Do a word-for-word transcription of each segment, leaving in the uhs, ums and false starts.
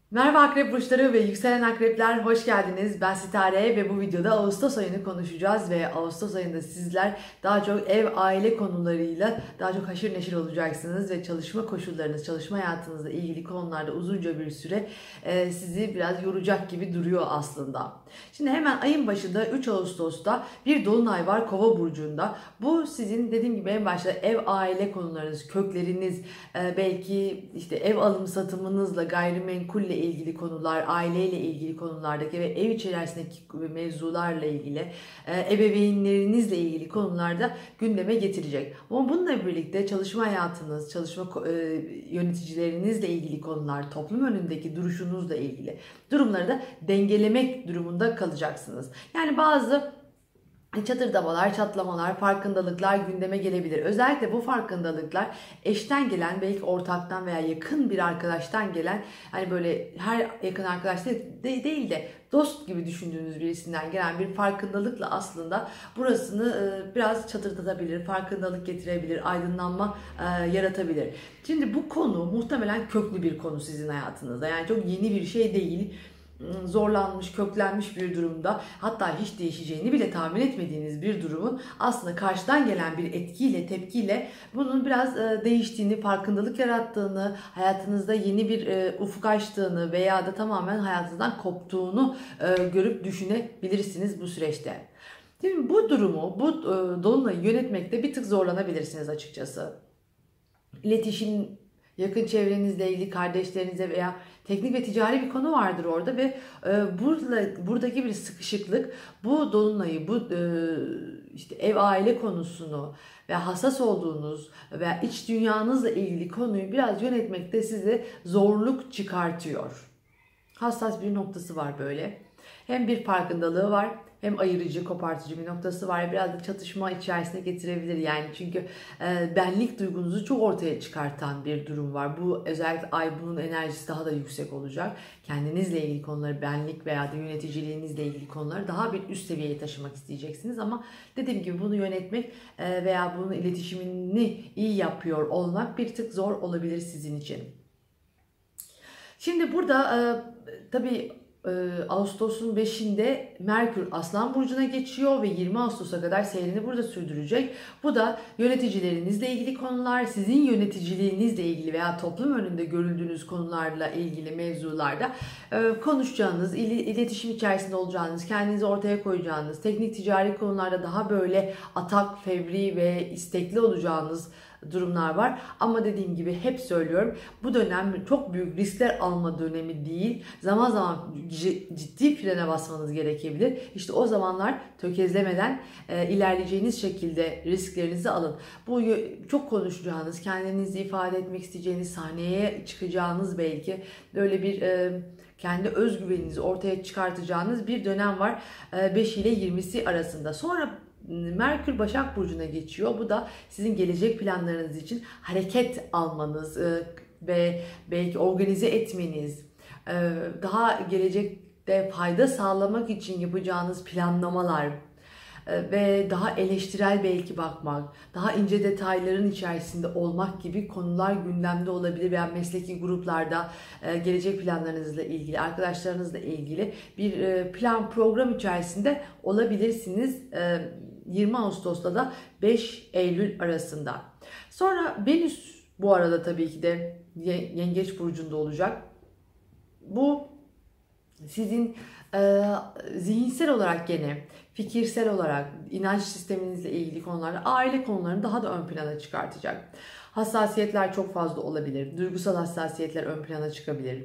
Merhaba Akrep Burçları ve Yükselen Akrepler, hoş geldiniz. Ben Sitare ve bu videoda Ağustos ayını konuşacağız ve Ağustos ayında sizler daha çok ev, aile konularıyla daha çok haşır neşir olacaksınız ve çalışma koşullarınız, çalışma hayatınızla ilgili konularda uzunca bir süre e, sizi biraz yoracak gibi duruyor aslında. Şimdi hemen ayın başında üç Ağustos'ta bir dolunay var Kova burcunda. Bu sizin dediğim gibi en başta ev, aile konularınız, kökleriniz, e, belki işte ev alım satımınızla, gayrimenkulle ilgili konular, aileyle ilgili konulardaki ve ev içerisindeki mevzularla ilgili, e, ebeveynlerinizle ilgili konularda gündeme getirecek. Ama bununla birlikte çalışma hayatınız, çalışma e, yöneticilerinizle ilgili konular, toplum önündeki duruşunuzla ilgili durumları da dengelemek durumunda kalacaksınız. Yani bazı çatırdamalar, çatlamalar, farkındalıklar gündeme gelebilir. Özellikle bu farkındalıklar eşten gelen, belki ortaktan veya yakın bir arkadaştan gelen, hani böyle her yakın arkadaş değil de dost gibi düşündüğünüz birisinden gelen bir farkındalıkla aslında burasını biraz çatırdatabilir, farkındalık getirebilir, aydınlanma yaratabilir. Şimdi bu konu muhtemelen köklü bir konu sizin hayatınızda. Yani çok yeni bir şey değil, zorlanmış, köklenmiş bir durumda, hatta hiç değişeceğini bile tahmin etmediğiniz bir durumun aslında karşıdan gelen bir etkiyle, tepkiyle bunun biraz değiştiğini, farkındalık yarattığını, hayatınızda yeni bir ufuk açtığını veya da tamamen hayatınızdan koptuğunu görüp düşünebilirsiniz bu süreçte. Şimdi bu durumu, bu dolunayı yönetmekte bir tık zorlanabilirsiniz açıkçası. İletişim, yakın çevrenizle ilgili, kardeşlerinize veya teknik ve ticari bir konu vardır orada ve e, burada buradaki bir sıkışıklık bu dolunayı, bu e, işte ev aile konusunu ve hassas olduğunuz veya iç dünyanızla ilgili konuyu biraz yönetmekte size zorluk çıkartıyor. Hassas bir noktası var böyle. Hem bir farkındalığı var, hem ayırıcı, kopartıcı bir noktası var. Biraz da çatışma içerisine getirebilir yani. Çünkü e, benlik duygunuzu çok ortaya çıkartan bir durum var. Bu özellikle ay bunun enerjisi daha da yüksek olacak. Kendinizle ilgili konuları, benlik veya da yöneticiliğinizle ilgili konuları daha bir üst seviyeye taşımak isteyeceksiniz. Ama dediğim gibi bunu yönetmek e, veya bunun iletişimini iyi yapıyor olmak bir tık zor olabilir sizin için. Şimdi burada e, tabii e, Ağustos'un beşinde Merkür Aslan Burcu'na geçiyor ve yirmi Ağustos'a kadar seyrini burada sürdürecek. Bu da yöneticilerinizle ilgili konular, sizin yöneticiliğinizle ilgili veya toplum önünde görüldüğünüz konularla ilgili mevzularda e, konuşacağınız, iletişim içerisinde olacağınız, kendinizi ortaya koyacağınız, teknik ticari konularda daha böyle atak, fevri ve istekli olacağınız durumlar var. Ama dediğim gibi hep söylüyorum, bu dönem çok büyük riskler alma dönemi değil. Zaman zaman ciddi frene basmanız gerekebilir. İşte o zamanlar tökezlemeden e, ilerleyeceğiniz şekilde risklerinizi alın. Bu çok konuşacağınız, kendinizi ifade etmek isteyeceğiniz, sahneye çıkacağınız, belki böyle bir e, kendi özgüveninizi ortaya çıkartacağınız bir dönem var. beş ile yirmisi arasında. Sonra Merkür Başak Burcu'na geçiyor. Bu da sizin gelecek planlarınız için hareket almanız ve belki organize etmeniz, daha gelecekte fayda sağlamak için yapacağınız planlamalar ve daha eleştirel belki bakmak, daha ince detayların içerisinde olmak gibi konular gündemde olabilir veya mesleki gruplarda gelecek planlarınızla ilgili, arkadaşlarınızla ilgili bir plan program içerisinde olabilirsiniz. yirmi Ağustos'ta da beş Eylül arasında. Sonra Venüs bu arada tabii ki de Yengeç Burcu'nda olacak. Bu sizin e, zihinsel olarak, gene fikirsel olarak, inanç sisteminizle ilgili konularda, aile konularını daha da ön plana çıkartacak. Hassasiyetler çok fazla olabilir. Duygusal hassasiyetler ön plana çıkabilir.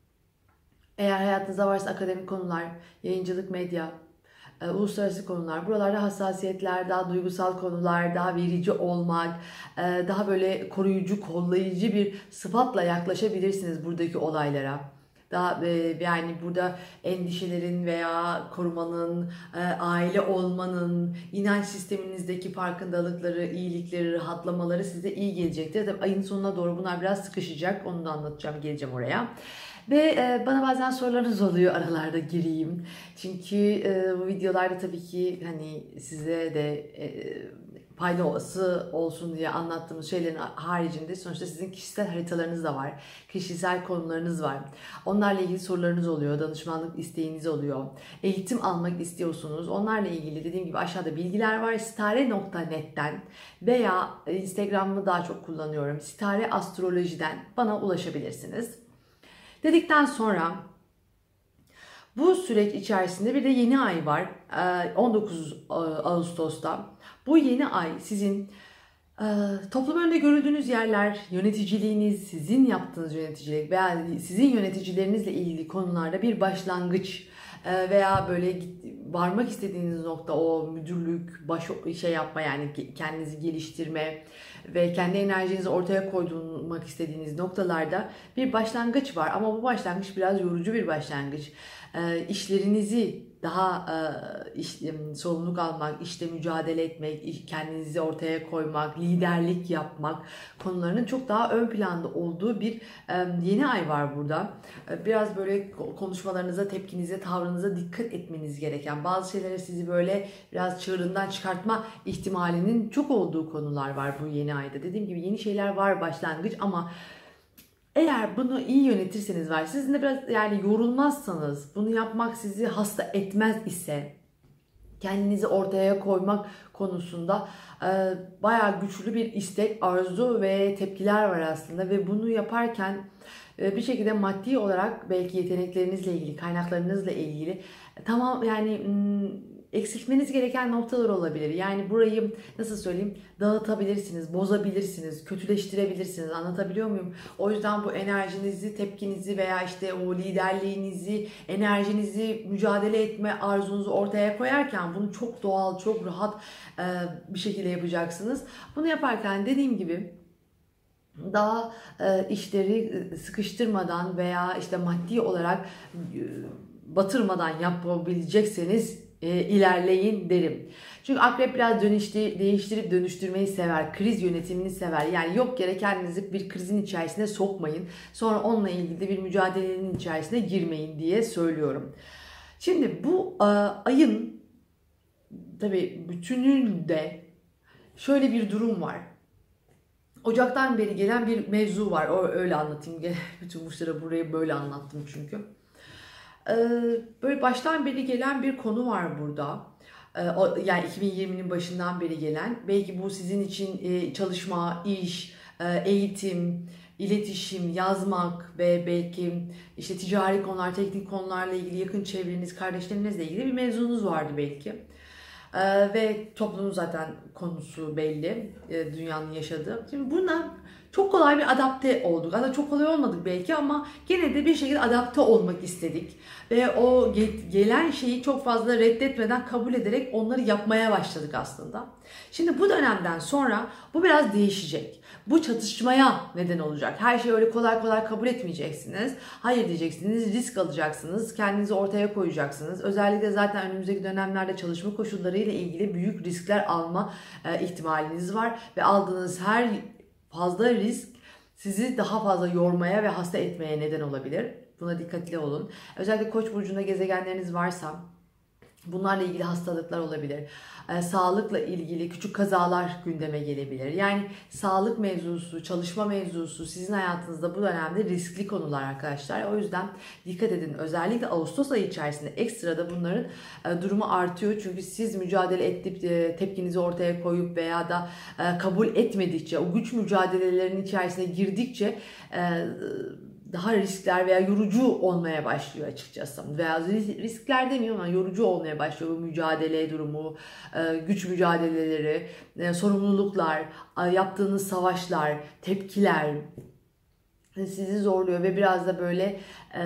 Eğer hayatınızda varsa akademik konular, yayıncılık, medya, e, uluslararası konular, buralarda hassasiyetler, daha duygusal konular, daha verici olmak, e, daha böyle koruyucu, kollayıcı bir sıfatla yaklaşabilirsiniz buradaki olaylara. Daha e, yani burada endişelerin veya korumanın, e, aile olmanın, inanç sisteminizdeki farkındalıkları, iyilikleri, rahatlamaları size iyi gelecektir. Tabii ayın sonuna doğru bunlar biraz sıkışacak. Onu da anlatacağım, geleceğim oraya. Ve e, bana bazen sorularınız oluyor, aralarda gireyim. Çünkü e, bu videolarda tabii ki hani size de e, faydası olsun diye anlattığımız şeylerin haricinde sonuçta sizin kişisel haritalarınız da var. Kişisel konularınız var. Onlarla ilgili sorularınız oluyor. Danışmanlık isteğiniz oluyor. Eğitim almak istiyorsunuz. Onlarla ilgili dediğim gibi aşağıda bilgiler var. sitare nokta net'ten veya Instagram'ı daha çok kullanıyorum. Sitare Astroloji'den bana ulaşabilirsiniz. Dedikten sonra bu süreç içerisinde bir de yeni ay var. on dokuz Ağustos'ta. Bu yeni ay sizin toplum önünde görüldüğünüz yerler, yöneticiliğiniz, sizin yaptığınız yöneticilik veya sizin yöneticilerinizle ilgili konularda bir başlangıç veya böyle varmak istediğiniz nokta, o müdürlük, baş şey yapma, yani kendinizi geliştirme ve kendi enerjinizi ortaya koymak istediğiniz noktalarda bir başlangıç var. Ama bu başlangıç biraz yorucu bir başlangıç. İşlerinizi daha iş, sorumluluk almak, işte mücadele etmek, kendinizi ortaya koymak, liderlik yapmak konularının çok daha ön planda olduğu bir yeni ay var burada. Biraz böyle konuşmalarınıza, tepkinize, tavrınıza dikkat etmeniz gereken, bazı şeylere sizi böyle biraz çığırından çıkartma ihtimalinin çok olduğu konular var bu yeni ayda. Dediğim gibi yeni şeyler var, başlangıç, ama eğer bunu iyi yönetirseniz var, sizin de biraz yani yorulmazsanız, bunu yapmak sizi hasta etmez ise, kendinizi ortaya koymak konusunda e, bayağı güçlü bir istek, arzu ve tepkiler var aslında ve bunu yaparken e, bir şekilde maddi olarak belki yeteneklerinizle ilgili, kaynaklarınızla ilgili tamam yani m, eksiltmeniz gereken noktalar olabilir. Yani burayı nasıl söyleyeyim, dağıtabilirsiniz, bozabilirsiniz, kötüleştirebilirsiniz. Anlatabiliyor muyum? O yüzden bu enerjinizi, tepkinizi veya işte o liderliğinizi, enerjinizi, mücadele etme arzunuzu ortaya koyarken bunu çok doğal, çok rahat e, bir şekilde yapacaksınız. Bunu yaparken dediğim gibi daha e, işleri sıkıştırmadan veya işte maddi olarak e, batırmadan yapabilecekseniz e, ilerleyin derim. Çünkü akrep biraz dönüştü, değiştirip dönüştürmeyi sever. Kriz yönetimini sever. Yani yok yere kendinizi bir krizin içerisine sokmayın. Sonra onunla ilgili de bir mücadelenin içerisine girmeyin diye söylüyorum. Şimdi bu e, ayın tabii bütününde şöyle bir durum var. Ocaktan beri gelen bir mevzu var. O öyle anlatayım. Bütün burçlara burayı böyle anlattım çünkü. Ee, böyle baştan beri gelen bir konu var burada. Ee, yani iki bin yirminin başından beri gelen. Belki bu sizin için e, çalışma, iş, e, eğitim, iletişim, yazmak ve belki işte ticari konular, teknik konularla ilgili yakın çevreniz, kardeşlerinizle ilgili bir mevzunuz vardı belki. Ee, ve toplumun zaten konusu belli, e, dünyanın yaşadığı. Şimdi buna çok kolay bir adapte olduk. Aslında çok kolay olmadık belki ama gene de bir şekilde adapte olmak istedik. Ve o ge- gelen şeyi çok fazla reddetmeden kabul ederek onları yapmaya başladık aslında. Şimdi bu dönemden sonra bu biraz değişecek. Bu çatışmaya neden olacak. Her şeyi öyle kolay kolay kabul etmeyeceksiniz. Hayır diyeceksiniz, risk alacaksınız, kendinizi ortaya koyacaksınız. Özellikle zaten önümüzdeki dönemlerde çalışma koşullarıyla ilgili büyük riskler alma e, ihtimaliniz var. Ve aldığınız her fazla risk sizi daha fazla yormaya ve hasta etmeye neden olabilir. Buna dikkatli olun. Özellikle Koç burcunda gezegenleriniz varsa bunlarla ilgili hastalıklar olabilir. E, sağlıkla ilgili küçük kazalar gündeme gelebilir. Yani sağlık mevzusu, çalışma mevzusu sizin hayatınızda bu dönemde riskli konular arkadaşlar. O yüzden dikkat edin. Özellikle Ağustos ayı içerisinde ekstrada bunların e, durumu artıyor. Çünkü siz mücadele edip e, tepkinizi ortaya koyup veya da e, kabul etmedikçe, o güç mücadelelerinin içerisine girdikçe e, daha riskler veya yorucu olmaya başlıyor açıkçası. Veya riskler demiyorum ama yorucu olmaya başlıyor bu mücadele durumu, güç mücadeleleri, sorumluluklar, yaptığınız savaşlar, tepkiler sizi zorluyor ve biraz da böyle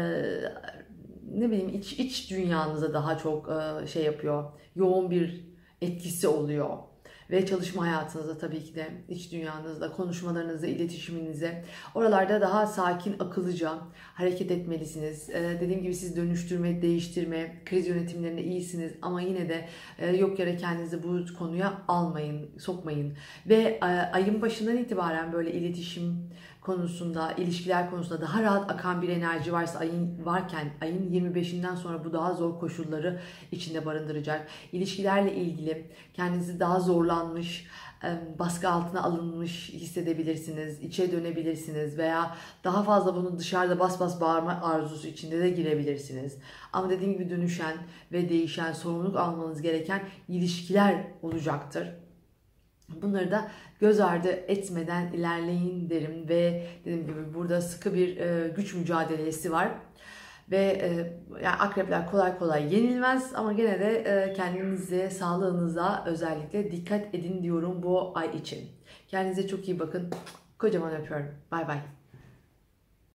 ne bileyim iç iç dünyanıza daha çok şey yapıyor. Yoğun bir etkisi oluyor. Ve çalışma hayatınızda tabii ki de, iç dünyanızda, konuşmalarınızda, iletişiminize, oralarda daha sakin, akıllıca hareket etmelisiniz. Ee, dediğim gibi siz dönüştürme, değiştirme, kriz yönetimlerinde iyisiniz ama yine de e, yok yere kendinizi bu konuya almayın, sokmayın. Ve e, ayın başından itibaren böyle iletişim konusunda, ilişkiler konusunda daha rahat akan bir enerji varsa ayın varken ayın yirmi beşinden sonra bu daha zor koşulları içinde barındıracak. İlişkilerle ilgili kendinizi daha zorlanmış, e, baskı altına alınmış hissedebilirsiniz, içe dönebilirsiniz veya daha fazla bunu dışarıda bas bas bağırma arzusu içinde de girebilirsiniz. Ama dediğim gibi dönüşen ve değişen, sorumluluk almanız gereken ilişkiler olacaktır. Bunları da göz ardı etmeden ilerleyin derim ve dediğim gibi burada sıkı bir e, güç mücadelesi var. Ve e, yani akrepler kolay kolay yenilmez ama gene de e, kendinize, sağlığınıza özellikle dikkat edin diyorum bu ay için. Kendinize çok iyi bakın. Kocaman öpüyorum. Bay bay.